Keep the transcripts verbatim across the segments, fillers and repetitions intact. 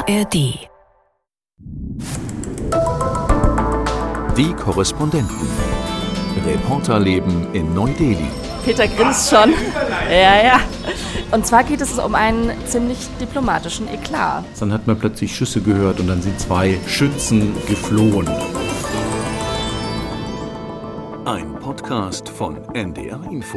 A R D. Die Korrespondenten. Reporterleben in Neu-Delhi. Peter grinst schon. Ja, ja. Und zwar geht es um einen ziemlich diplomatischen Eklat. Dann hat man plötzlich Schüsse gehört und dann sind zwei Schützen geflohen. Ein Podcast von N D R Info.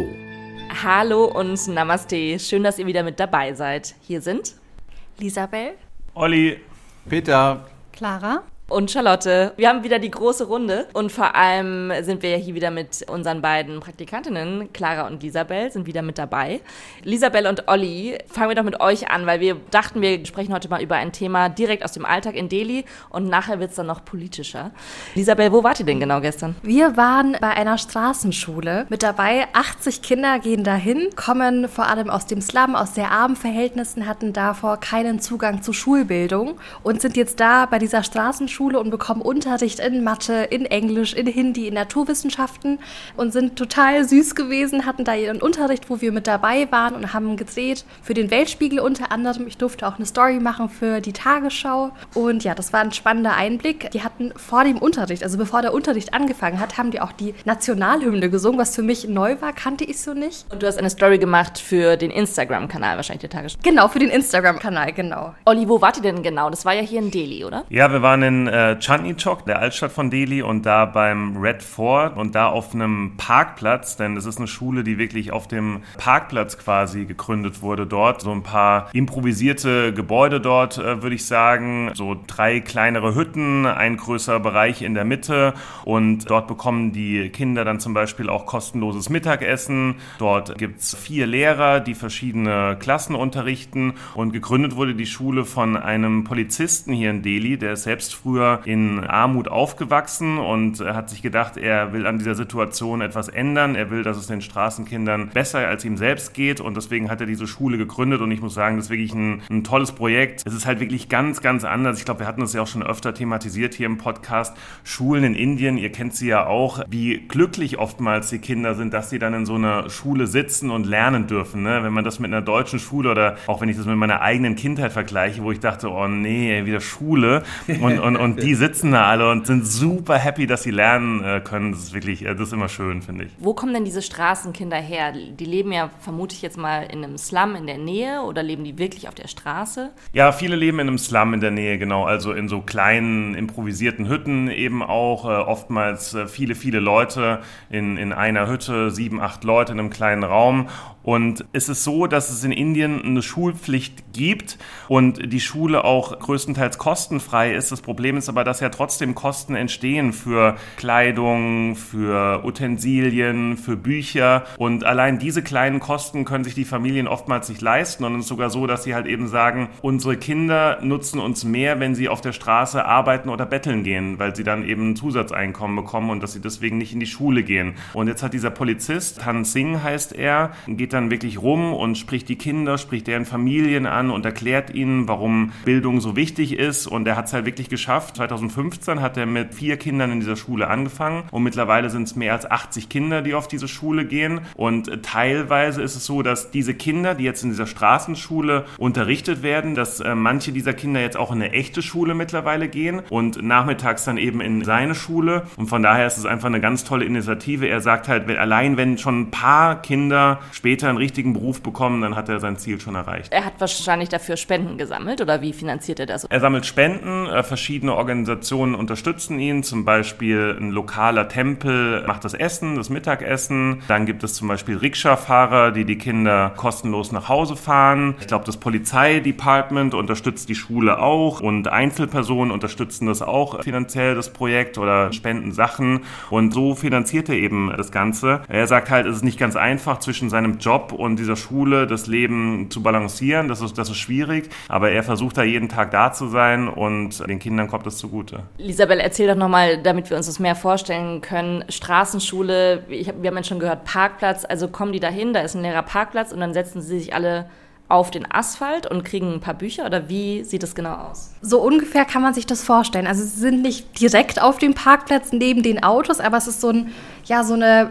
Hallo und Namaste. Schön, dass ihr wieder mit dabei seid. Hier sind Lisabel, Olli, Peter, Clara und Charlotte. Wir haben wieder die große Runde und vor allem sind wir ja hier wieder mit unseren beiden Praktikantinnen, Clara und Lisabel, sind wieder mit dabei. Lisabel und Olli, fangen wir doch mit euch an, weil wir dachten, wir sprechen heute mal über ein Thema direkt aus dem Alltag in Delhi und nachher wird es dann noch politischer. Lisabel, wo wart ihr denn genau gestern? Wir waren bei einer Straßenschule mit dabei. achtzig Kinder gehen dahin, kommen vor allem aus dem Slum, aus sehr armen Verhältnissen, hatten davor keinen Zugang zu Schulbildung und sind jetzt da bei dieser Straßenschule und bekommen Unterricht in Mathe, in Englisch, in Hindi, in Naturwissenschaften und sind total süß gewesen, hatten da ihren Unterricht, wo wir mit dabei waren und haben gedreht für den Weltspiegel unter anderem. Ich durfte auch eine Story machen für die Tagesschau und ja, das war ein spannender Einblick. Die hatten vor dem Unterricht, also bevor der Unterricht angefangen hat, haben die auch die Nationalhymne gesungen, was für mich neu war, kannte ich so nicht. Und du hast eine Story gemacht für den Instagram-Kanal wahrscheinlich der Tagesschau. Genau, für den Instagram-Kanal, genau. Olli, wo wart ihr denn genau? Das war ja hier in Delhi, oder? Ja, wir waren in äh, Chandni Chowk, der Altstadt von Delhi, und da beim Red Fort und da auf einem Parkplatz, denn es ist eine Schule, die wirklich auf dem Parkplatz quasi gegründet wurde dort. So ein paar improvisierte Gebäude dort, äh, würde ich sagen. So drei kleinere Hütten, ein größerer Bereich in der Mitte und dort bekommen die Kinder dann zum Beispiel auch kostenloses Mittagessen. Dort gibt es vier Lehrer, die verschiedene Klassen unterrichten und gegründet wurde die Schule von einem Polizisten hier in Delhi, der ist selbst früher in Armut aufgewachsen und hat sich gedacht, er will an dieser Situation etwas ändern. Er will, dass es den Straßenkindern besser als ihm selbst geht und deswegen hat er diese Schule gegründet und ich muss sagen, das ist wirklich ein, ein tolles Projekt. Es ist halt wirklich ganz, ganz anders. Ich glaube, wir hatten das ja auch schon öfter thematisiert hier im Podcast. Schulen in Indien, ihr kennt sie ja auch, wie glücklich oftmals die Kinder sind, dass sie dann in so einer Schule sitzen und lernen dürfen. Ne? Wenn man das mit einer deutschen Schule oder auch wenn ich das mit meiner eigenen Kindheit vergleiche, wo ich dachte, oh nee, wieder Schule und, und, und die sitzen da alle und sind super happy, dass sie lernen äh, können. Das ist wirklich, äh, das ist immer schön, finde ich. Wo kommen denn diese Straßenkinder her? Die leben ja, vermute ich jetzt mal, in einem Slum in der Nähe oder leben die wirklich auf der Straße? Ja, viele leben in einem Slum in der Nähe, genau. Also in so kleinen, improvisierten Hütten eben auch. Äh, oftmals äh, viele, viele Leute in, in einer Hütte, sieben, acht Leute in einem kleinen Raum. Und es ist so, dass es in Indien eine Schulpflicht gibt und die Schule auch größtenteils kostenfrei ist. Das Problem ist aber, dass ja trotzdem Kosten entstehen für Kleidung, für Utensilien, für Bücher. Und allein diese kleinen Kosten können sich die Familien oftmals nicht leisten. Und es ist sogar so, dass sie halt eben sagen, unsere Kinder nutzen uns mehr, wenn sie auf der Straße arbeiten oder betteln gehen, weil sie dann eben ein Zusatzeinkommen bekommen und dass sie deswegen nicht in die Schule gehen. Und jetzt hat dieser Polizist, Han Singh heißt er, geht dann wirklich rum und spricht die Kinder, spricht deren Familien an und erklärt ihnen, warum Bildung so wichtig ist. Und er hat es halt wirklich geschafft. zwanzig fünfzehn hat er mit vier Kindern in dieser Schule angefangen und mittlerweile sind es mehr als achtzig Kinder, die auf diese Schule gehen. Und teilweise ist es so, dass diese Kinder, die jetzt in dieser Straßenschule unterrichtet werden, dass äh, manche dieser Kinder jetzt auch in eine echte Schule mittlerweile gehen und nachmittags dann eben in seine Schule. Und von daher ist es einfach eine ganz tolle Initiative. Er sagt halt, allein wenn schon ein paar Kinder später einen richtigen Beruf bekommen, dann hat er sein Ziel schon erreicht. Er hat wahrscheinlich dafür Spenden gesammelt oder wie finanziert er das? Er sammelt Spenden, äh, verschiedene Organisationen unterstützen ihn, zum Beispiel ein lokaler Tempel macht das Essen, das Mittagessen, dann gibt es zum Beispiel Rikscha-Fahrer, die die Kinder kostenlos nach Hause fahren. Ich glaube, das Polizeidepartment unterstützt die Schule auch und Einzelpersonen unterstützen das auch finanziell, das Projekt oder spenden Sachen und so finanziert er eben das Ganze. Er sagt halt, es ist nicht ganz einfach zwischen seinem Job und dieser Schule das Leben zu balancieren, das ist, das ist schwierig, aber er versucht da jeden Tag da zu sein und den Kindern kommt das zugute. Lisabel, erzähl doch nochmal, damit wir uns das mehr vorstellen können, Straßenschule, ich hab, wir haben ja schon gehört, Parkplatz, also kommen die dahin, da ist ein leerer Parkplatz und dann setzen sie sich alle auf den Asphalt und kriegen ein paar Bücher oder wie sieht das genau aus? So ungefähr kann man sich das vorstellen. Also sie sind nicht direkt auf dem Parkplatz neben den Autos, aber es ist so, ein, ja, so eine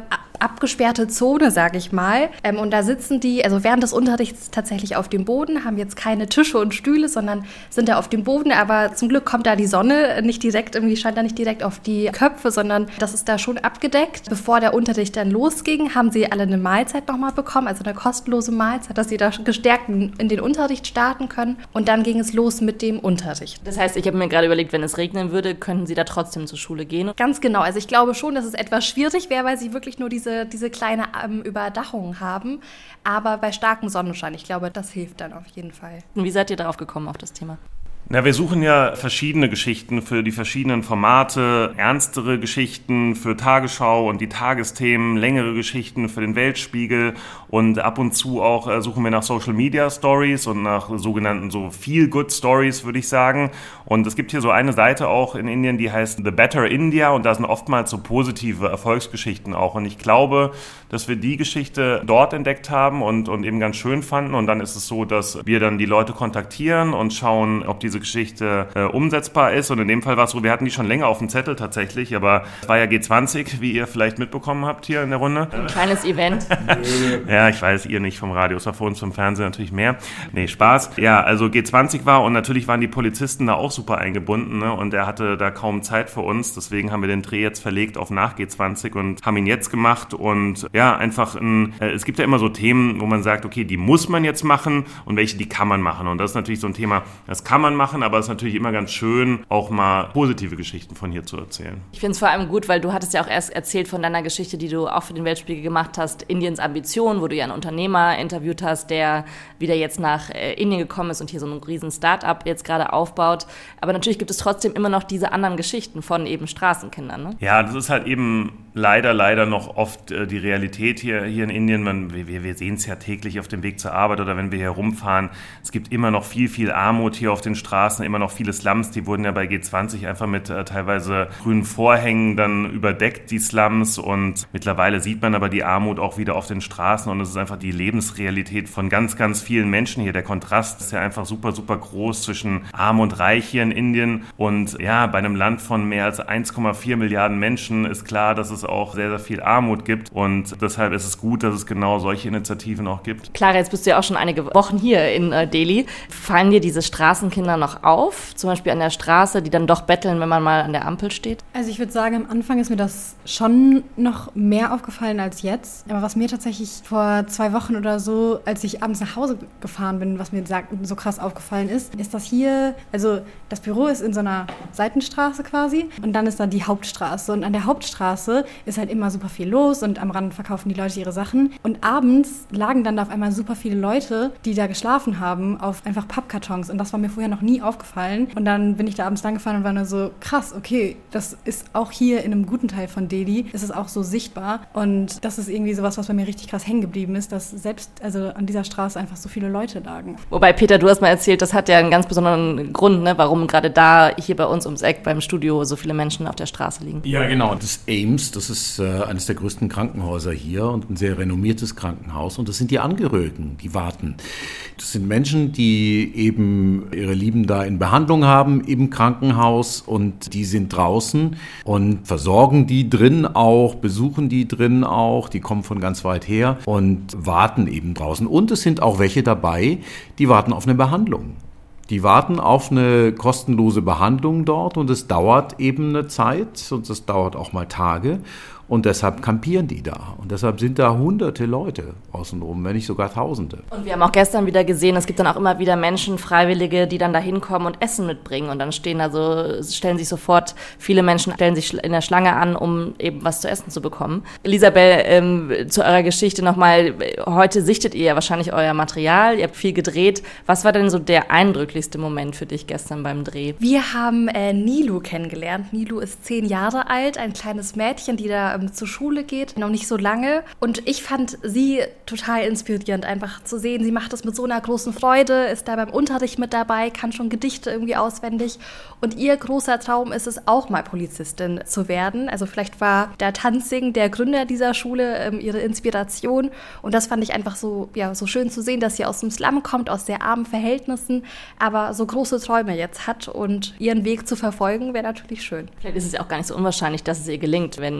abgesperrte Zone, sage ich mal. Ähm, und da sitzen die, also während des Unterrichts tatsächlich auf dem Boden, haben jetzt keine Tische und Stühle, sondern sind da auf dem Boden. Aber zum Glück kommt da die Sonne nicht direkt, irgendwie scheint da nicht direkt auf die Köpfe, sondern das ist da schon abgedeckt. Bevor der Unterricht dann losging, haben sie alle eine Mahlzeit nochmal bekommen, also eine kostenlose Mahlzeit, dass sie da gestärkt in den Unterricht starten können. Und dann ging es los mit dem Unterricht. Das heißt, ich habe mir gerade überlegt, wenn es regnen würde, könnten sie da trotzdem zur Schule gehen? Ganz genau. Also ich glaube schon, dass es etwas schwierig wäre, weil sie wirklich nur diese, diese kleine ähm, Überdachung haben. Aber bei starkem Sonnenschein, ich glaube, das hilft dann auf jeden Fall. Und wie seid ihr darauf gekommen, auf das Thema? Na, wir suchen ja verschiedene Geschichten für die verschiedenen Formate, ernstere Geschichten für Tagesschau und die Tagesthemen, längere Geschichten für den Weltspiegel und ab und zu auch äh, suchen wir nach Social Media Stories und nach sogenannten so Feel Good Stories, würde ich sagen. Und es gibt hier so eine Seite auch in Indien, die heißt The Better India und da sind oftmals so positive Erfolgsgeschichten auch. Und ich glaube, dass wir die Geschichte dort entdeckt haben und, und eben ganz schön fanden. Und dann ist es so, dass wir dann die Leute kontaktieren und schauen, ob diese Geschichte äh, umsetzbar ist. Und in dem Fall war es so, wir hatten die schon länger auf dem Zettel tatsächlich, aber es war ja G zwanzig, wie ihr vielleicht mitbekommen habt hier in der Runde. Ein kleines Event. Ja, ich weiß, ihr nicht vom Radio, es war für uns vom Fernsehen natürlich mehr. Nee, Spaß. Ja, also G zwanzig war und natürlich waren die Polizisten da auch super eingebunden, ne? Und er hatte da kaum Zeit für uns, deswegen haben wir den Dreh jetzt verlegt auf nach G zwanzig und haben ihn jetzt gemacht und ja, einfach ein, äh, es gibt ja immer so Themen, wo man sagt, okay, die muss man jetzt machen und welche, die kann man machen und das ist natürlich so ein Thema, das kann man machen, aber es ist natürlich immer ganz schön, auch mal positive Geschichten von hier zu erzählen. Ich finde es vor allem gut, weil du hattest ja auch erst erzählt von deiner Geschichte, die du auch für den Weltspiegel gemacht hast, Indiens Ambition, wo du ja einen Unternehmer interviewt hast, der wieder jetzt nach äh, Indien gekommen ist und hier so ein riesen Start-up jetzt gerade aufbaut. Aber natürlich gibt es trotzdem immer noch diese anderen Geschichten von eben Straßenkindern, ne? Ja, das ist halt eben leider, leider noch oft äh, die Realität hier, hier in Indien. Man, wir wir sehen es ja täglich auf dem Weg zur Arbeit oder wenn wir hier rumfahren. Es gibt immer noch viel, viel Armut hier auf den Straßen, immer noch viele Slums. Die wurden ja bei G zwanzig einfach mit äh, teilweise grünen Vorhängen dann überdeckt, die Slums. Und mittlerweile sieht man aber die Armut auch wieder auf den Straßen und es ist einfach die Lebensrealität von ganz, ganz vielen Menschen hier. Der Kontrast ist ja einfach super, super groß zwischen Arm und Reich hier in Indien. Und ja, bei einem Land von mehr als eins Komma vier Milliarden Menschen ist klar, dass es auch sehr, sehr viel Armut gibt. Und deshalb ist es gut, dass es genau solche Initiativen auch gibt. Clara, jetzt bist du ja auch schon einige Wochen hier in äh, Delhi. Fallen dir diese Straßenkinder noch auf? Zum Beispiel an der Straße, die dann doch betteln, wenn man mal an der Ampel steht? Also ich würde sagen, am Anfang ist mir das schon noch mehr aufgefallen als jetzt. Aber was mir tatsächlich vor zwei Wochen oder so, als ich abends nach Hause gefahren bin, was mir so krass aufgefallen ist, ist, dass hier, also das Büro ist in so einer Seitenstraße quasi und dann ist da die Hauptstraße. Und an der Hauptstraße ist halt immer super viel los und am Rand verkaufen die Leute ihre Sachen. Und abends lagen dann da auf einmal super viele Leute, die da geschlafen haben, auf einfach Pappkartons. Und das war mir vorher noch nie aufgefallen. Und dann bin ich da abends lang gefahren und war nur so, krass, okay, das ist auch hier in einem guten Teil von Delhi, ist es auch so sichtbar. Und das ist irgendwie sowas, was bei mir richtig krass hängen geblieben ist, dass selbst also an dieser Straße einfach so viele Leute lagen. Wobei, Peter, du hast mal erzählt, das hat ja einen ganz besonderen Grund, ne, warum gerade da hier bei uns ums Eck beim Studio so viele Menschen auf der Straße liegen. Ja, genau. Das AIIMS, das ist äh, eines der größten Krankenhäuser hier und ein sehr renommiertes Krankenhaus. Und das sind die Angehörigen, die warten. Das sind Menschen, die eben ihre Lieben da in Behandlung haben im Krankenhaus und die sind draußen und versorgen die drin auch, besuchen die drin auch. Die kommen von ganz weit her und warten eben draußen. Und es sind auch welche dabei, die warten auf eine Behandlung. Die warten auf eine kostenlose Behandlung dort und es dauert eben eine Zeit und es dauert auch mal Tage. Und deshalb kampieren die da. Und deshalb sind da hunderte Leute außenrum, wenn nicht sogar Tausende. Und wir haben auch gestern wieder gesehen, es gibt dann auch immer wieder Menschen, Freiwillige, die dann da hinkommen und Essen mitbringen. Und dann stehen da so, stellen sich sofort, viele Menschen stellen sich in der Schlange an, um eben was zu essen zu bekommen. Elisabeth, ähm, zu eurer Geschichte nochmal. Heute sichtet ihr ja wahrscheinlich euer Material, ihr habt viel gedreht. Was war denn so der eindrücklichste Moment für dich gestern beim Dreh? Wir haben äh, Nilu kennengelernt. Nilu ist zehn Jahre alt, ein kleines Mädchen, die da zur Schule geht, noch nicht so lange. Und ich fand sie total inspirierend, einfach zu sehen. Sie macht das mit so einer großen Freude, ist da beim Unterricht mit dabei, kann schon Gedichte irgendwie auswendig. Und ihr großer Traum ist es, auch mal Polizistin zu werden. Also vielleicht war der Tanzing, der Gründer dieser Schule, ähm, ihre Inspiration. Und das fand ich einfach so, ja, so schön zu sehen, dass sie aus dem Slum kommt, aus sehr armen Verhältnissen, aber so große Träume jetzt hat. Und ihren Weg zu verfolgen, wäre natürlich schön. Vielleicht ist es ja auch gar nicht so unwahrscheinlich, dass es ihr gelingt, wenn dieser Tanz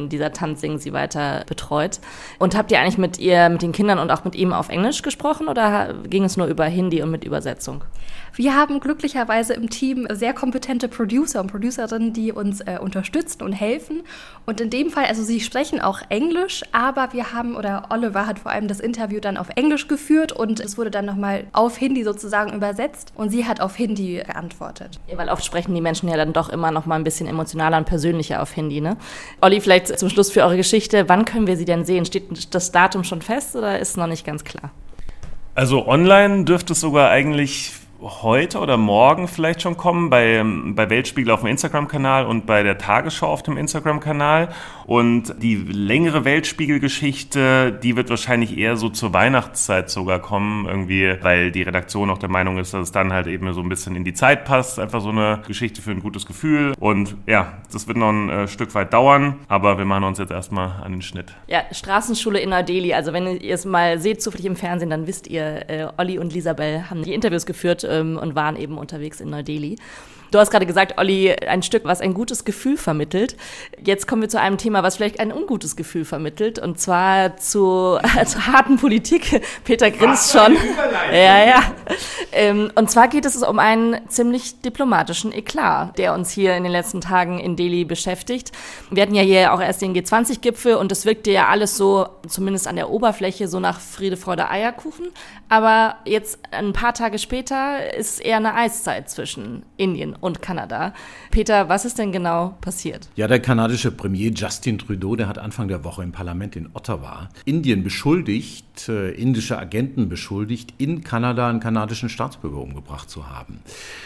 Tanz singen sie weiter betreut. Und habt ihr eigentlich mit ihr, mit den Kindern und auch mit ihm auf Englisch gesprochen oder ging es nur über Hindi und mit Übersetzung? Wir haben glücklicherweise im Team sehr kompetente Producer und Producerinnen, die uns äh, unterstützen und helfen. Und in dem Fall, also sie sprechen auch Englisch, aber wir haben, oder Oliver hat vor allem das Interview dann auf Englisch geführt und es wurde dann nochmal auf Hindi sozusagen übersetzt und sie hat auf Hindi geantwortet. Ja, weil oft sprechen die Menschen ja dann doch immer noch mal ein bisschen emotionaler und persönlicher auf Hindi, ne? Olli, vielleicht zum Schluss für eure Geschichte, wann können wir sie denn sehen? Steht das Datum schon fest oder ist es noch nicht ganz klar? Also online dürfte es sogar eigentlich heute oder morgen vielleicht schon kommen, bei, bei Weltspiegel auf dem Instagram-Kanal und bei der Tagesschau auf dem Instagram-Kanal. Und die längere Weltspiegel-Geschichte, die wird wahrscheinlich eher so zur Weihnachtszeit sogar kommen, irgendwie, weil die Redaktion auch der Meinung ist, dass es dann halt eben so ein bisschen in die Zeit passt. Einfach so eine Geschichte für ein gutes Gefühl. Und ja, das wird noch ein äh, Stück weit dauern, aber wir machen uns jetzt erstmal an den Schnitt. Ja, Straßenschule in Neu-Delhi. Also wenn ihr es mal seht, zufällig im Fernsehen, dann wisst ihr, äh, Olli und Lisabel haben die Interviews geführt ähm, und waren eben unterwegs in Neu-Delhi. Du hast gerade gesagt, Olli, ein Stück, was ein gutes Gefühl vermittelt. Jetzt kommen wir zu einem Thema, was vielleicht ein ungutes Gefühl vermittelt, und zwar zu, äh, zur harten Politik. Peter grinst schon. Ja, ja. Ähm, und zwar geht es um einen ziemlich diplomatischen Eklat, der uns hier in den letzten Tagen in Delhi beschäftigt. Wir hatten ja hier auch erst den G zwanzig Gipfel und es wirkte ja alles so, zumindest an der Oberfläche, so nach Friede, Freude, Eierkuchen. Aber jetzt ein paar Tage später ist eher eine Eiszeit zwischen Indien und Kanada. Peter, was ist denn genau passiert? Ja, der kanadische Premier Justin Trudeau, der hat Anfang der Woche im Parlament in Ottawa Indien beschuldigt, äh, indische Agenten beschuldigt, in Kanada einen kanadischen Staatsbürger umgebracht zu haben.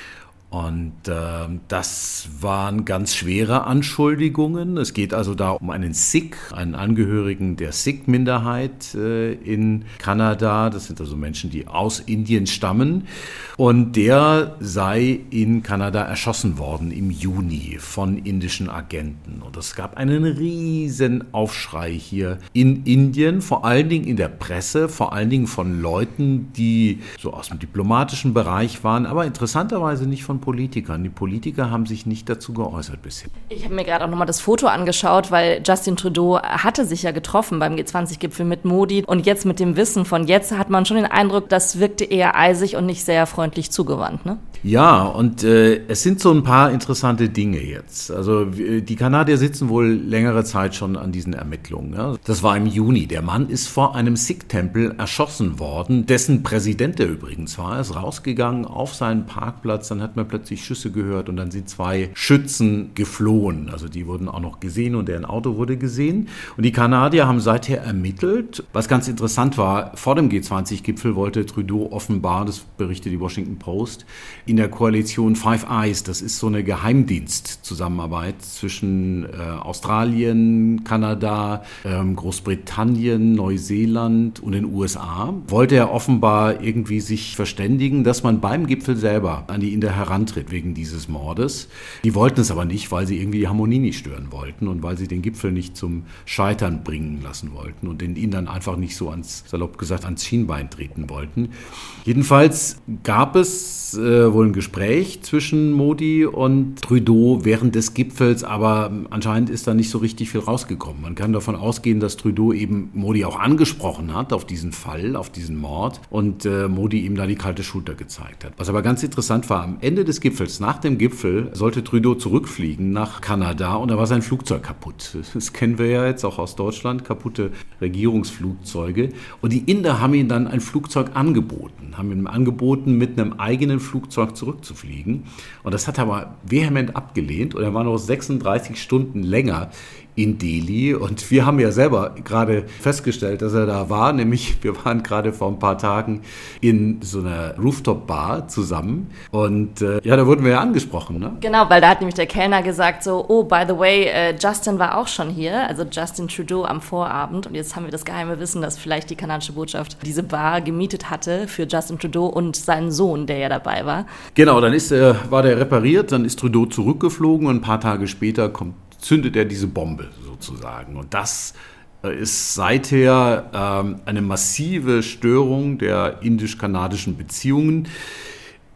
Und äh, das waren ganz schwere Anschuldigungen. Es geht also da um einen Sikh, einen Angehörigen der Sikh-Minderheit äh, in Kanada. Das sind also Menschen, die aus Indien stammen. Und der sei in Kanada erschossen worden im Juni von indischen Agenten. Und es gab einen riesen Aufschrei hier in Indien, vor allen Dingen in der Presse, vor allen Dingen von Leuten, die so aus dem diplomatischen Bereich waren, aber interessanterweise nicht von Politikern. Die Politiker haben sich nicht dazu geäußert bisher. Ich habe mir gerade auch nochmal das Foto angeschaut, weil Justin Trudeau hatte sich ja getroffen beim G zwanzig Gipfel mit Modi. Und jetzt mit dem Wissen von jetzt hat man schon den Eindruck, das wirkte eher eisig und nicht sehr freundlich zugewandt, ne? Ja, und äh, es sind so ein paar interessante Dinge jetzt. Also die Kanadier sitzen wohl längere Zeit schon an diesen Ermittlungen. Ja? Das war im Juni. Der Mann ist vor einem Sikh-Tempel erschossen worden, dessen Präsident, der übrigens war, ist rausgegangen auf seinen Parkplatz. Dann hat man plötzlich Schüsse gehört und dann sind zwei Schützen geflohen. Also die wurden auch noch gesehen und deren Auto wurde gesehen. Und die Kanadier haben seither ermittelt. Was ganz interessant war, vor dem G zwanzig Gipfel wollte Trudeau offenbar, das berichtet die Washington Post, in der Koalition Five Eyes, das ist so eine Geheimdienstzusammenarbeit zwischen äh, Australien, Kanada, ähm, Großbritannien, Neuseeland und den U S A, wollte er offenbar irgendwie sich verständigen, dass man beim Gipfel selber an die Inder herantritt wegen dieses Mordes. Die wollten es aber nicht, weil sie irgendwie die Harmonie nicht stören wollten und weil sie den Gipfel nicht zum Scheitern bringen lassen wollten und den Indern einfach nicht so ans, salopp gesagt, ans Schienbein treten wollten. Jedenfalls gab es äh, wohl ein Gespräch zwischen Modi und Trudeau während des Gipfels, aber anscheinend ist da nicht so richtig viel rausgekommen. Man kann davon ausgehen, dass Trudeau eben Modi auch angesprochen hat auf diesen Fall, auf diesen Mord und äh, Modi ihm da die kalte Schulter gezeigt hat. Was aber ganz interessant war, am Ende des Gipfels, nach dem Gipfel, sollte Trudeau zurückfliegen nach Kanada und da war sein Flugzeug kaputt. Das kennen wir ja jetzt auch aus Deutschland, kaputte Regierungsflugzeuge. Und die Inder haben ihm dann ein Flugzeug angeboten, haben ihm angeboten, mit einem eigenen Flugzeug zurückzufliegen. Und das hat er aber vehement abgelehnt und er war noch sechsunddreißig Stunden länger in Delhi. Und wir haben ja selber gerade festgestellt, dass er da war, nämlich wir waren gerade vor ein paar Tagen in so einer Rooftop-Bar zusammen und äh, ja, da wurden wir ja angesprochen, ne? Genau, weil da hat nämlich der Kellner gesagt so, oh, by the way, äh, Justin war auch schon hier, also Justin Trudeau am Vorabend und jetzt haben wir das geheime Wissen, dass vielleicht die kanadische Botschaft diese Bar gemietet hatte für Justin Trudeau und seinen Sohn, der ja dabei war. Genau, dann ist, äh, war der repariert, dann ist Trudeau zurückgeflogen und ein paar Tage später kommt zündet er diese Bombe sozusagen. Und das ist seither ähm, eine massive Störung der indisch-kanadischen Beziehungen.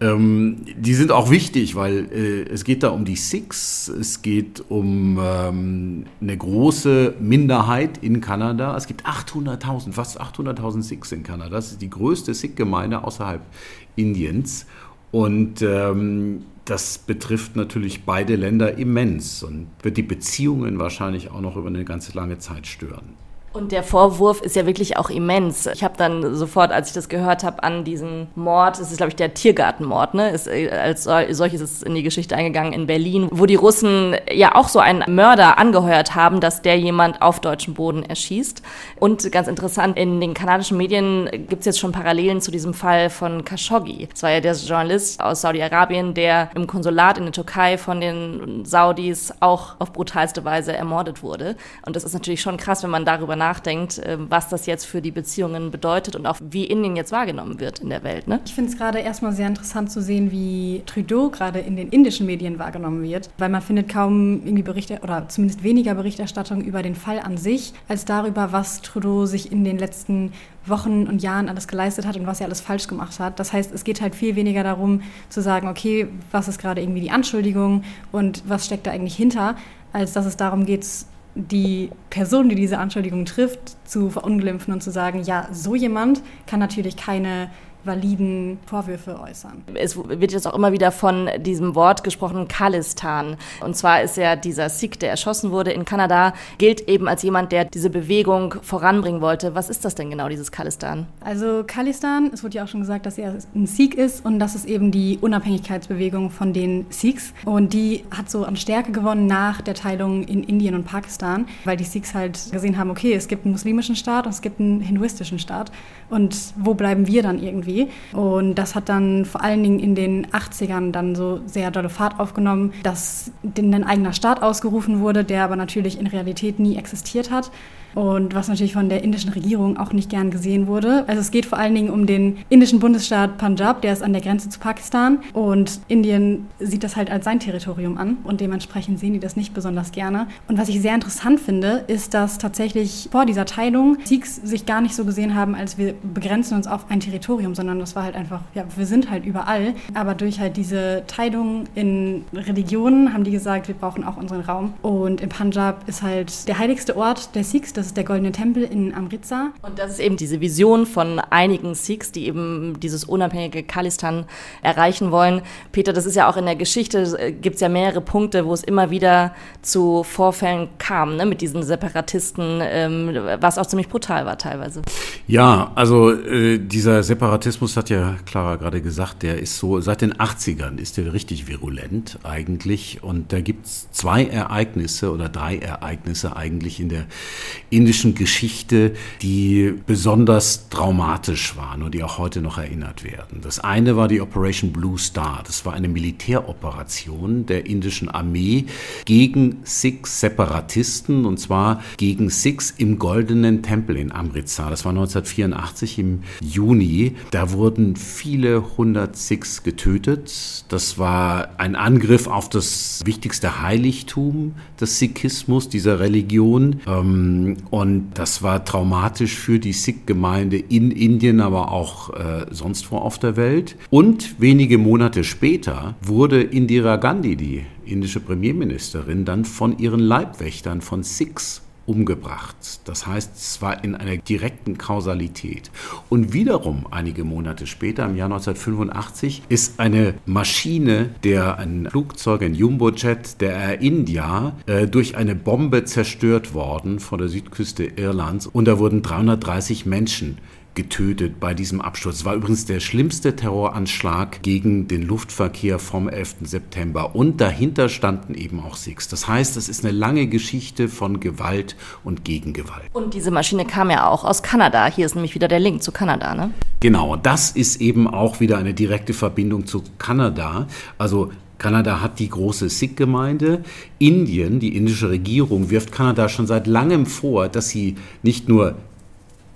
Ähm, die sind auch wichtig, weil äh, es geht da um die Sikhs, es geht um ähm, eine große Minderheit in Kanada. Es gibt achthunderttausend, fast achthunderttausend Sikhs in Kanada. Das ist die größte Sikh-Gemeinde außerhalb Indiens. Und ähm, das betrifft natürlich beide Länder immens und wird die Beziehungen wahrscheinlich auch noch über eine ganz lange Zeit stören. Und der Vorwurf ist ja wirklich auch immens. Ich habe dann sofort, als ich das gehört habe, an diesen Mord, das ist, glaube ich, der Tiergartenmord, ne? Ist, als solches ist es in die Geschichte eingegangen in Berlin, wo die Russen ja auch so einen Mörder angeheuert haben, dass der jemand auf deutschem Boden erschießt. Und ganz interessant, in den kanadischen Medien gibt es jetzt schon Parallelen zu diesem Fall von Khashoggi. Das war ja der Journalist aus Saudi-Arabien, der im Konsulat in der Türkei von den Saudis auch auf brutalste Weise ermordet wurde. Und das ist natürlich schon krass, wenn man darüber nachdenkt, was das jetzt für die Beziehungen bedeutet und auch wie Indien jetzt wahrgenommen wird in der Welt. Ne? Ich finde es gerade erstmal sehr interessant zu sehen, wie Trudeau gerade in den indischen Medien wahrgenommen wird, weil man findet kaum irgendwie Berichte oder zumindest weniger Berichterstattung über den Fall an sich, als darüber, was Trudeau sich in den letzten Wochen und Jahren alles geleistet hat und was er alles falsch gemacht hat. Das heißt, es geht halt viel weniger darum zu sagen, okay, was ist gerade irgendwie die Anschuldigung und was steckt da eigentlich hinter, als dass es darum geht, die Person, die diese Anschuldigung trifft, zu verunglimpfen und zu sagen, ja, so jemand kann natürlich keine validen Vorwürfe äußern. Es wird jetzt auch immer wieder von diesem Wort gesprochen, Khalistan. Und zwar ist ja dieser Sikh, der erschossen wurde in Kanada, gilt eben als jemand, der diese Bewegung voranbringen wollte. Was ist das denn genau, dieses Khalistan? Also Khalistan, es wurde ja auch schon gesagt, dass er ein Sikh ist und das ist eben die Unabhängigkeitsbewegung von den Sikhs. Und die hat so an Stärke gewonnen nach der Teilung in Indien und Pakistan, weil die Sikhs halt gesehen haben, okay, es gibt einen muslimischen Staat und es gibt einen hinduistischen Staat. Und wo bleiben wir dann irgendwie? Und das hat dann vor allen Dingen in den achtzigern dann so sehr dolle Fahrt aufgenommen, dass ein eigener Staat ausgerufen wurde, der aber natürlich in Realität nie existiert hat. Und was natürlich von der indischen Regierung auch nicht gern gesehen wurde. Also es geht vor allen Dingen um den indischen Bundesstaat Punjab, der ist an der Grenze zu Pakistan. Und Indien sieht das halt als sein Territorium an und dementsprechend sehen die das nicht besonders gerne. Und was ich sehr interessant finde, ist, dass tatsächlich vor dieser Teilung Sikhs sich gar nicht so gesehen haben, als wir begrenzen uns auf ein Territorium, sondern das war halt einfach, ja, wir sind halt überall. Aber durch halt diese Teilung in Religionen haben die gesagt, wir brauchen auch unseren Raum. Und in Punjab ist halt der heiligste Ort der Sikhs, das ist der Goldene Tempel in Amritsar. Und das ist eben diese Vision von einigen Sikhs, die eben dieses unabhängige Khalistan erreichen wollen. Peter, das ist ja auch in der Geschichte, gibt es ja mehrere Punkte, wo es immer wieder zu Vorfällen kam, ne, mit diesen Separatisten, ähm, was auch ziemlich brutal war teilweise. Ja, also äh, dieser Separatismus, hat ja Clara gerade gesagt, der ist so, seit den achtzigern ist der richtig virulent eigentlich. Und da gibt es zwei Ereignisse oder drei Ereignisse eigentlich in der indischen Geschichte, die besonders traumatisch waren und die auch heute noch erinnert werden. Das eine war die Operation Blue Star. Das war eine Militäroperation der indischen Armee gegen Sikh-Separatisten, und zwar gegen Sikhs im Goldenen Tempel in Amritsar. Das war neunzehnhundertvierundachtzig im Juni. Da wurden viele hundert Sikhs getötet. Das war ein Angriff auf das wichtigste Heiligtum des Sikhismus, dieser Religion. Ähm, Und das war traumatisch für die Sikh-Gemeinde in Indien, aber auch äh, sonst wo auf der Welt. Und wenige Monate später wurde Indira Gandhi, die indische Premierministerin, dann von ihren Leibwächtern, von Sikhs, umgebracht. Das heißt, es war in einer direkten Kausalität. Und wiederum einige Monate später, im Jahr neunzehnhundertfünfundachtzig, ist eine Maschine, der ein Flugzeug, ein Jumbojet der Air India, äh, durch eine Bombe zerstört worden von der Südküste Irlands. Und da wurden dreihundertdreißig Menschen getötet bei diesem Absturz. Es war übrigens der schlimmste Terroranschlag gegen den Luftverkehr vom elften September. Und dahinter standen eben auch Sikhs. Das heißt, es ist eine lange Geschichte von Gewalt und Gegengewalt. Und diese Maschine kam ja auch aus Kanada. Hier ist nämlich wieder der Link zu Kanada, ne? Genau, das ist eben auch wieder eine direkte Verbindung zu Kanada. Also Kanada hat die große Sikh-Gemeinde. Indien, die indische Regierung, wirft Kanada schon seit langem vor, dass sie nicht nur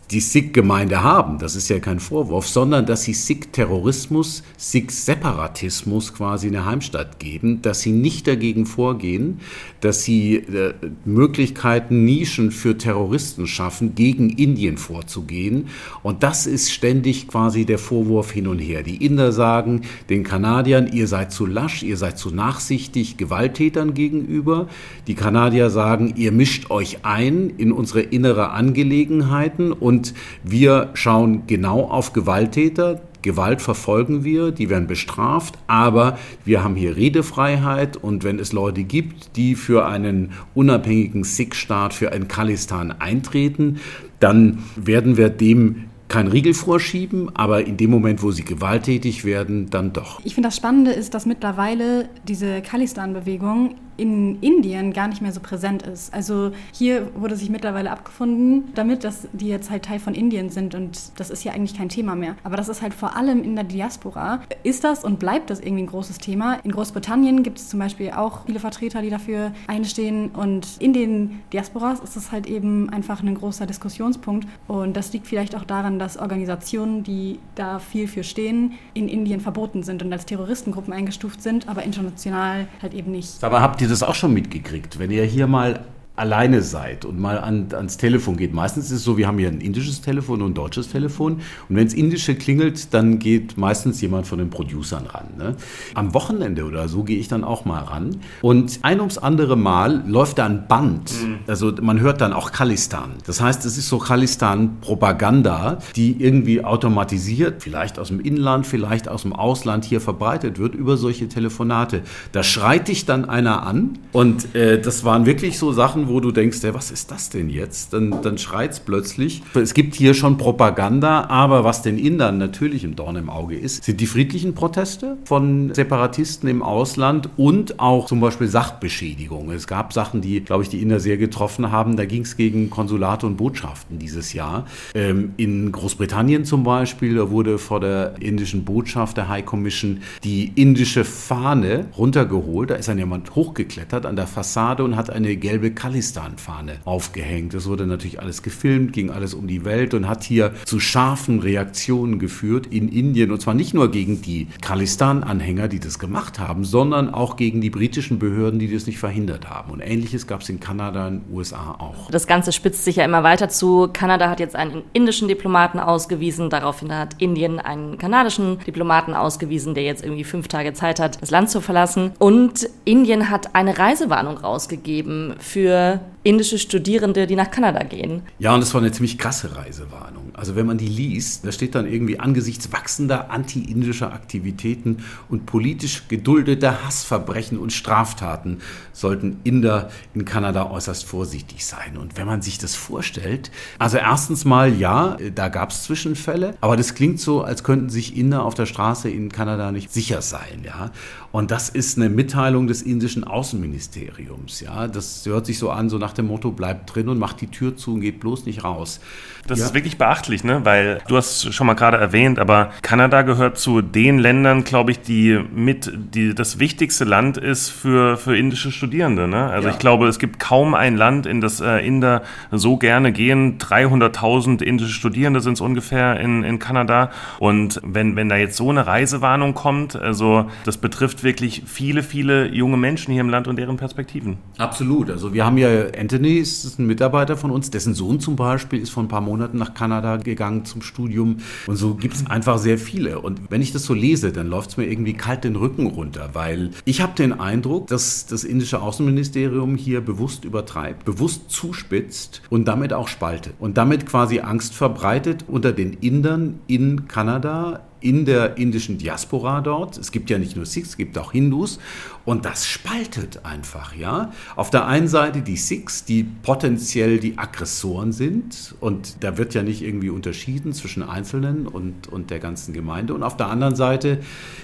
die Sikh-Gemeinde haben, das ist ja kein Vorwurf, sondern dass sie Sikh-Terrorismus, Sikh-Separatismus quasi eine Heimstatt geben, dass sie nicht dagegen vorgehen, dass sie äh, Möglichkeiten, Nischen für Terroristen schaffen, gegen Indien vorzugehen. Und das ist ständig quasi der Vorwurf hin und her. Die Inder sagen den Kanadiern, ihr seid zu lasch, ihr seid zu nachsichtig Gewalttätern gegenüber. Die Kanadier sagen, ihr mischt euch ein in unsere innere Angelegenheiten und Und wir schauen genau auf Gewalttäter. Gewalt verfolgen wir, die werden bestraft, aber wir haben hier Redefreiheit und wenn es Leute gibt, die für einen unabhängigen Sikh-Staat, für einen Khalistan eintreten, dann werden wir dem kein Riegel vorschieben, aber in dem Moment, wo sie gewalttätig werden, dann doch. Ich finde, das Spannende ist, dass mittlerweile diese Khalistan-Bewegung in Indien gar nicht mehr so präsent ist. Also hier wurde sich mittlerweile abgefunden damit, dass die jetzt halt Teil von Indien sind und das ist ja eigentlich kein Thema mehr. Aber das ist halt vor allem in der Diaspora, ist das und bleibt das irgendwie ein großes Thema. In Großbritannien gibt es zum Beispiel auch viele Vertreter, die dafür einstehen und in den Diasporas ist es halt eben einfach ein großer Diskussionspunkt und das liegt vielleicht auch daran, dass Organisationen, die da viel für stehen, in Indien verboten sind und als Terroristengruppen eingestuft sind, aber international halt eben nicht. Aber habt ihr das auch schon mitgekriegt, wenn ihr hier mal alleine seid und mal an, ans Telefon geht. Meistens ist es so, wir haben hier ein indisches Telefon und ein deutsches Telefon und wenn es indische klingelt, dann geht meistens jemand von den Producern ran. Ne? Am Wochenende oder so gehe ich dann auch mal ran und ein ums andere Mal läuft da ein Band. Mhm. Also man hört dann auch Khalistan. Das heißt, es ist so Khalistan-Propaganda, die irgendwie automatisiert, vielleicht aus dem Inland, vielleicht aus dem Ausland hier verbreitet wird über solche Telefonate. Da schreit dich dann einer an und äh, das waren wirklich so Sachen, wo du denkst, ja, was ist das denn jetzt? Dann, dann schreit es plötzlich. Es gibt hier schon Propaganda, aber was den Indern natürlich ein Dorn im Auge ist, sind die friedlichen Proteste von Separatisten im Ausland und auch zum Beispiel Sachbeschädigungen. Es gab Sachen, die, glaube ich, die Inder sehr getroffen haben. Da ging es gegen Konsulate und Botschaften dieses Jahr. Ähm, in Großbritannien zum Beispiel, da wurde vor der indischen Botschaft, der High Commission, die indische Fahne runtergeholt. Da ist dann jemand hochgeklettert an der Fassade und hat eine gelbe Khalistan-Fahne aufgehängt. Das wurde natürlich alles gefilmt, ging alles um die Welt und hat hier zu scharfen Reaktionen geführt in Indien. Und zwar nicht nur gegen die Khalistan-Anhänger, die das gemacht haben, sondern auch gegen die britischen Behörden, die das nicht verhindert haben. Und Ähnliches gab es in Kanada und U S A auch. Das Ganze spitzt sich ja immer weiter zu. Kanada hat jetzt einen indischen Diplomaten ausgewiesen. Daraufhin hat Indien einen kanadischen Diplomaten ausgewiesen, der jetzt irgendwie fünf Tage Zeit hat, das Land zu verlassen. Und Indien hat eine Reisewarnung rausgegeben für indische Studierende, die nach Kanada gehen. Ja, und das war eine ziemlich krasse Reisewarnung. Also wenn man die liest, da steht dann irgendwie angesichts wachsender anti-indischer Aktivitäten und politisch geduldeter Hassverbrechen und Straftaten sollten Inder in Kanada äußerst vorsichtig sein. Und wenn man sich das vorstellt, also erstens mal, ja, da gab es Zwischenfälle, aber das klingt so, als könnten sich Inder auf der Straße in Kanada nicht sicher sein, ja. Und das ist eine Mitteilung des indischen Außenministeriums, ja. Das hört sich so an, so nach dem Motto, bleibt drin und macht die Tür zu und geht bloß nicht raus. Das ja. ist wirklich beachtlich, ne? Weil du hast schon mal gerade erwähnt, aber Kanada gehört zu den Ländern, glaube ich, die mit die das wichtigste Land ist für, für indische Studierende. Ne? Also ja. ich glaube, es gibt kaum ein Land, in das äh, Inder so gerne gehen. dreihunderttausend indische Studierende sind es ungefähr in, in Kanada. Und wenn, wenn da jetzt so eine Reisewarnung kommt, also das betrifft wirklich viele, viele junge Menschen hier im Land und deren Perspektiven. Absolut. Also wir haben ja Anthony, ist ein Mitarbeiter von uns, dessen Sohn zum Beispiel ist vor ein paar Monaten nach Kanada gegangen zum Studium und so gibt es einfach sehr viele und wenn ich das so lese, dann läuft es mir irgendwie kalt den Rücken runter, weil ich habe den Eindruck, dass das indische Außenministerium hier bewusst übertreibt, bewusst zuspitzt und damit auch spaltet und damit quasi Angst verbreitet unter den Indern in Kanada, in der indischen Diaspora dort. Es gibt ja nicht nur Sikhs, es gibt auch Hindus und das spaltet einfach, ja. Auf der einen Seite die Sikhs, die potenziell die Aggressoren sind und da wird ja nicht irgendwie unterschieden zwischen Einzelnen und, und der ganzen Gemeinde und auf der anderen Seite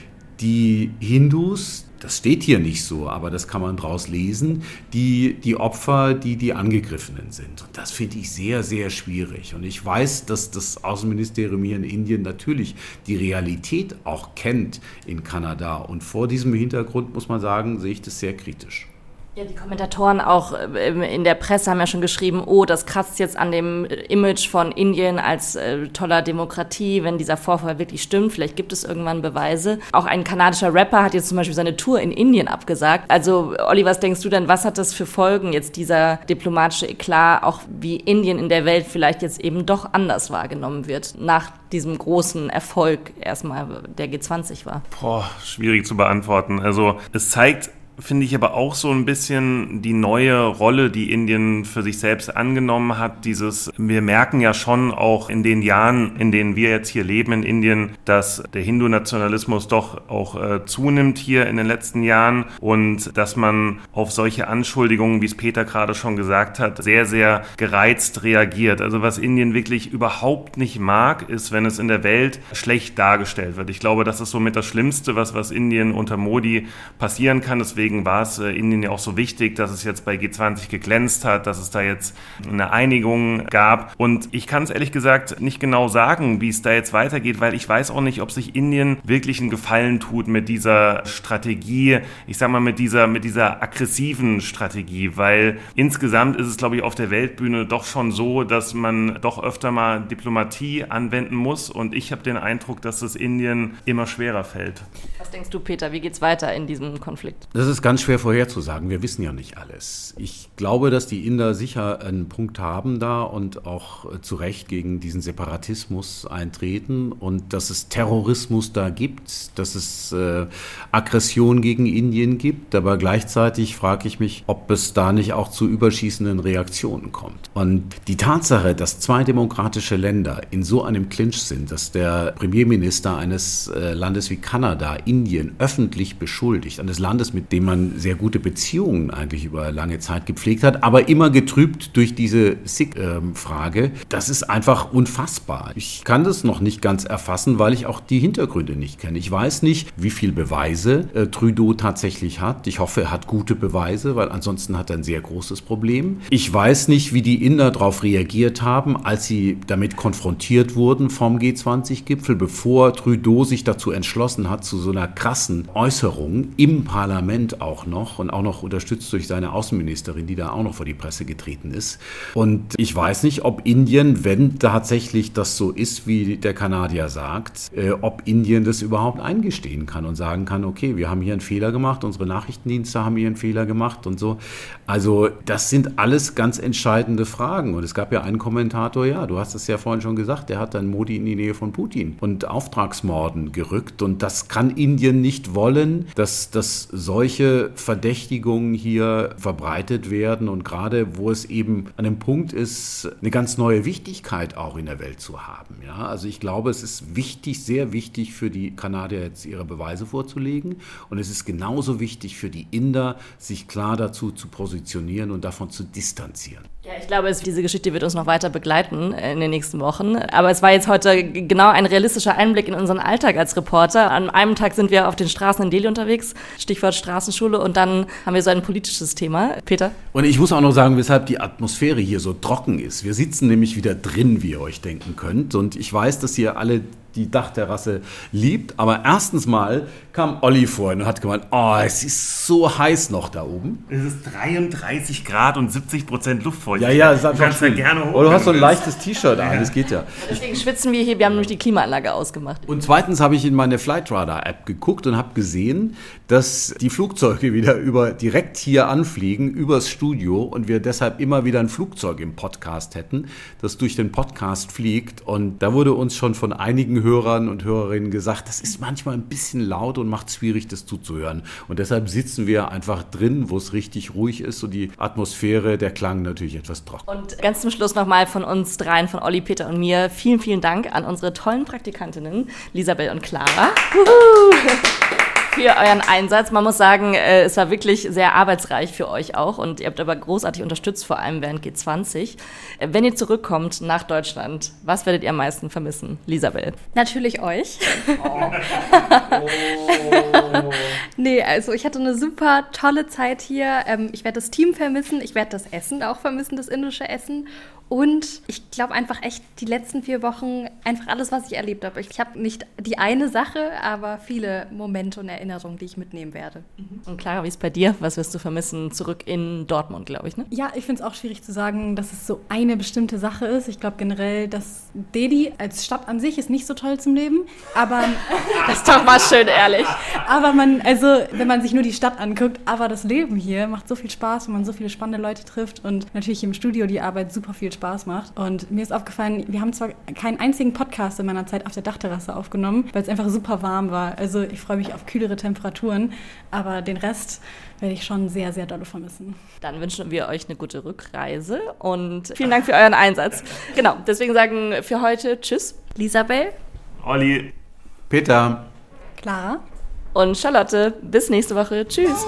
die Hindus, das steht hier nicht so, aber das kann man draus lesen, die, die Opfer, die die Angegriffenen sind. Und das finde ich sehr, sehr schwierig. Und ich weiß, dass das Außenministerium hier in Indien natürlich die Realität auch kennt in Kanada. Und vor diesem Hintergrund, muss man sagen, sehe ich das sehr kritisch. Ja, die Kommentatoren auch in der Presse haben ja schon geschrieben, oh, das kratzt jetzt an dem Image von Indien als äh, toller Demokratie, wenn dieser Vorfall wirklich stimmt. Vielleicht gibt es irgendwann Beweise. Auch ein kanadischer Rapper hat jetzt zum Beispiel seine Tour in Indien abgesagt. Also, Olli, was denkst du denn, was hat das für Folgen, jetzt dieser diplomatische Eklat, auch wie Indien in der Welt vielleicht jetzt eben doch anders wahrgenommen wird, nach diesem großen Erfolg erstmal der G zwanzig war? Boah, schwierig zu beantworten. Also, es zeigt, finde ich aber auch so ein bisschen die neue Rolle, die Indien für sich selbst angenommen hat. Dieses, wir merken ja schon auch in den Jahren, in denen wir jetzt hier leben in Indien, dass der Hindu-Nationalismus doch auch äh, zunimmt hier in den letzten Jahren und dass man auf solche Anschuldigungen, wie es Peter gerade schon gesagt hat, sehr, sehr gereizt reagiert. Also was Indien wirklich überhaupt nicht mag, ist, wenn es in der Welt schlecht dargestellt wird. Ich glaube, das ist somit das Schlimmste, was, was Indien unter Modi passieren kann. Deswegen Deswegen war es Indien ja auch so wichtig, dass es jetzt bei G zwanzig geglänzt hat, dass es da jetzt eine Einigung gab. Und ich kann es ehrlich gesagt nicht genau sagen, wie es da jetzt weitergeht, weil ich weiß auch nicht, ob sich Indien wirklich einen Gefallen tut mit dieser Strategie, ich sag mal mit dieser, mit dieser aggressiven Strategie, weil insgesamt ist es, glaube ich, auf der Weltbühne doch schon so, dass man doch öfter mal Diplomatie anwenden muss und ich habe den Eindruck, dass es Indien immer schwerer fällt. Was denkst du, Peter, wie geht's weiter in diesem Konflikt? Das ist ganz schwer vorherzusagen. Wir wissen ja nicht alles. Ich glaube, dass die Inder sicher einen Punkt haben da und auch zu Recht gegen diesen Separatismus eintreten und dass es Terrorismus da gibt, dass es äh, Aggression gegen Indien gibt. Aber gleichzeitig frage ich mich, ob es da nicht auch zu überschießenden Reaktionen kommt. Und die Tatsache, dass zwei demokratische Länder in so einem Clinch sind, dass der Premierminister eines äh, Landes wie Kanada Indien öffentlich beschuldigt, eines Landes, mit dem man sehr gute Beziehungen eigentlich über lange Zeit gepflegt hat, aber immer getrübt durch diese Sikh-Frage. Das ist einfach unfassbar. Ich kann das noch nicht ganz erfassen, weil ich auch die Hintergründe nicht kenne. Ich weiß nicht, wie viel Beweise äh, Trudeau tatsächlich hat. Ich hoffe, er hat gute Beweise, weil ansonsten hat er ein sehr großes Problem. Ich weiß nicht, wie die Inder darauf reagiert haben, als sie damit konfrontiert wurden vom G zwanzig-Gipfel, bevor Trudeau sich dazu entschlossen hat, zu so einer krassen Äußerung im Parlament auch noch und auch noch unterstützt durch seine Außenministerin, die da auch noch vor die Presse getreten ist. Und ich weiß nicht, ob Indien, wenn tatsächlich das so ist, wie der Kanadier sagt, äh, ob Indien das überhaupt eingestehen kann und sagen kann, okay, wir haben hier einen Fehler gemacht, unsere Nachrichtendienste haben hier einen Fehler gemacht und so. Also das sind alles ganz entscheidende Fragen. Und es gab ja einen Kommentator, ja, du hast es ja vorhin schon gesagt, der hat dann Modi in die Nähe von Putin und Auftragsmorden gerückt. Und das kann Indien nicht wollen, dass, dass solche Verdächtigungen hier verbreitet werden. Und gerade, wo es eben an dem Punkt ist, eine ganz neue Wichtigkeit auch in der Welt zu haben. Ja? Also ich glaube, es ist wichtig, sehr wichtig für die Kanadier jetzt ihre Beweise vorzulegen. Und es ist genauso wichtig für die Inder, sich klar dazu zu positionieren und davon zu distanzieren. Ja, ich glaube, es, diese Geschichte wird uns noch weiter begleiten in den nächsten Wochen. Aber es war jetzt heute genau ein realistischer Einblick in unseren Alltag als Reporter. An einem Tag sind wir auf den Straßen in Delhi unterwegs, Stichwort Straßenschule, und dann haben wir so ein politisches Thema. Peter? Und ich muss auch noch sagen, weshalb die Atmosphäre hier so trocken ist. Wir sitzen nämlich wieder drin, wie ihr euch denken könnt. Und ich weiß, dass ihr alle die Dachterrasse liebt. Aber erstens mal kam Olli vorhin und hat gemeint, oh, es ist so heiß noch da oben. Es ist dreiunddreißig Grad und siebzig Prozent Luftfeuchtigkeit. Ja, ja, sag du kannst ja gerne hoch. Oh, du hast so ein leichtes T-Shirt an, ja. Das geht ja. Deswegen schwitzen wir hier, wir haben nämlich die Klimaanlage ausgemacht. Und zweitens habe ich in meine Flightradar-App geguckt und habe gesehen, dass die Flugzeuge wieder über direkt hier anfliegen, übers Studio, und wir deshalb immer wieder ein Flugzeug im Podcast hätten, das durch den Podcast fliegt. Und da wurde uns schon von einigen Hörern und Hörerinnen gesagt, das ist manchmal ein bisschen laut und macht es schwierig, das zuzuhören. Und deshalb sitzen wir einfach drin, wo es richtig ruhig ist und die Atmosphäre, der Klang natürlich etwas trocken. Und ganz zum Schluss nochmal von uns dreien, von Olli, Peter und mir, vielen, vielen Dank an unsere tollen Praktikantinnen, Lisabel und Clara. Für euren Einsatz. Man muss sagen, es war wirklich sehr arbeitsreich für euch auch und ihr habt aber großartig unterstützt, vor allem während G zwanzig. Wenn ihr zurückkommt nach Deutschland, was werdet ihr am meisten vermissen? Lisabel? Natürlich euch. Oh. Oh. Oh. Nee, also ich hatte eine super tolle Zeit hier. Ähm, ich werde das Team vermissen, ich werde das Essen auch vermissen, das indische Essen. Und ich glaube einfach echt, die letzten vier Wochen, einfach alles, was ich erlebt habe. Ich habe nicht die eine Sache, aber viele Momente und Erinnerungen, die ich mitnehmen werde. Und Clara, wie ist es bei dir? Was wirst du vermissen? Zurück in Dortmund, glaube ich, ne? Ja, ich finde es auch schwierig zu sagen, dass es so eine bestimmte Sache ist. Ich glaube generell, dass Delhi als Stadt an sich ist nicht so toll zum Leben. Aber das ist doch mal schön ehrlich. Aber man, also wenn man sich nur die Stadt anguckt, aber das Leben hier macht so viel Spaß, wenn man so viele spannende Leute trifft und natürlich im Studio die Arbeit super viel Spaß macht. Und mir ist aufgefallen, wir haben zwar keinen einzigen Podcast in meiner Zeit auf der Dachterrasse aufgenommen, weil es einfach super warm war. Also ich freue mich auf kühlere Temperaturen, aber den Rest werde ich schon sehr, sehr doll vermissen. Dann wünschen wir euch eine gute Rückreise und vielen Dank für euren Einsatz. Genau, deswegen sagen für heute Tschüss. Lisabel. Olli. Peter. Clara. Und Charlotte. Bis nächste Woche. Tschüss.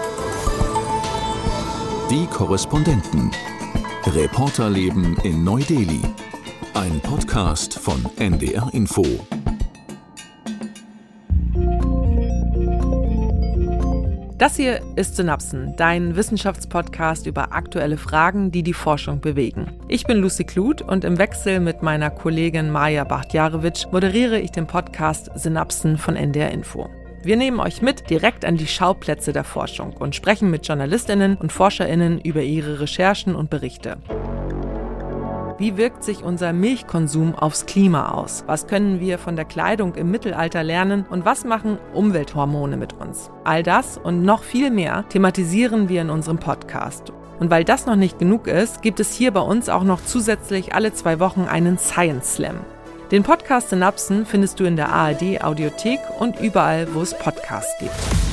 Die Korrespondenten. Reporterleben in Neu-Delhi. Ein Podcast von N D R Info. Das hier ist Synapsen, dein Wissenschaftspodcast über aktuelle Fragen, die die Forschung bewegen. Ich bin Lucy Kluth und im Wechsel mit meiner Kollegin Maja Bachtjarewitsch moderiere ich den Podcast Synapsen von N D R Info. Wir nehmen euch mit direkt an die Schauplätze der Forschung und sprechen mit JournalistInnen und ForscherInnen über ihre Recherchen und Berichte. Wie wirkt sich unser Milchkonsum aufs Klima aus? Was können wir von der Kleidung im Mittelalter lernen? Und was machen Umwelthormone mit uns? All das und noch viel mehr thematisieren wir in unserem Podcast. Und weil das noch nicht genug ist, gibt es hier bei uns auch noch zusätzlich alle zwei Wochen einen Science Slam. Den Podcast Synapsen findest du in der A R D Audiothek und überall, wo es Podcasts gibt.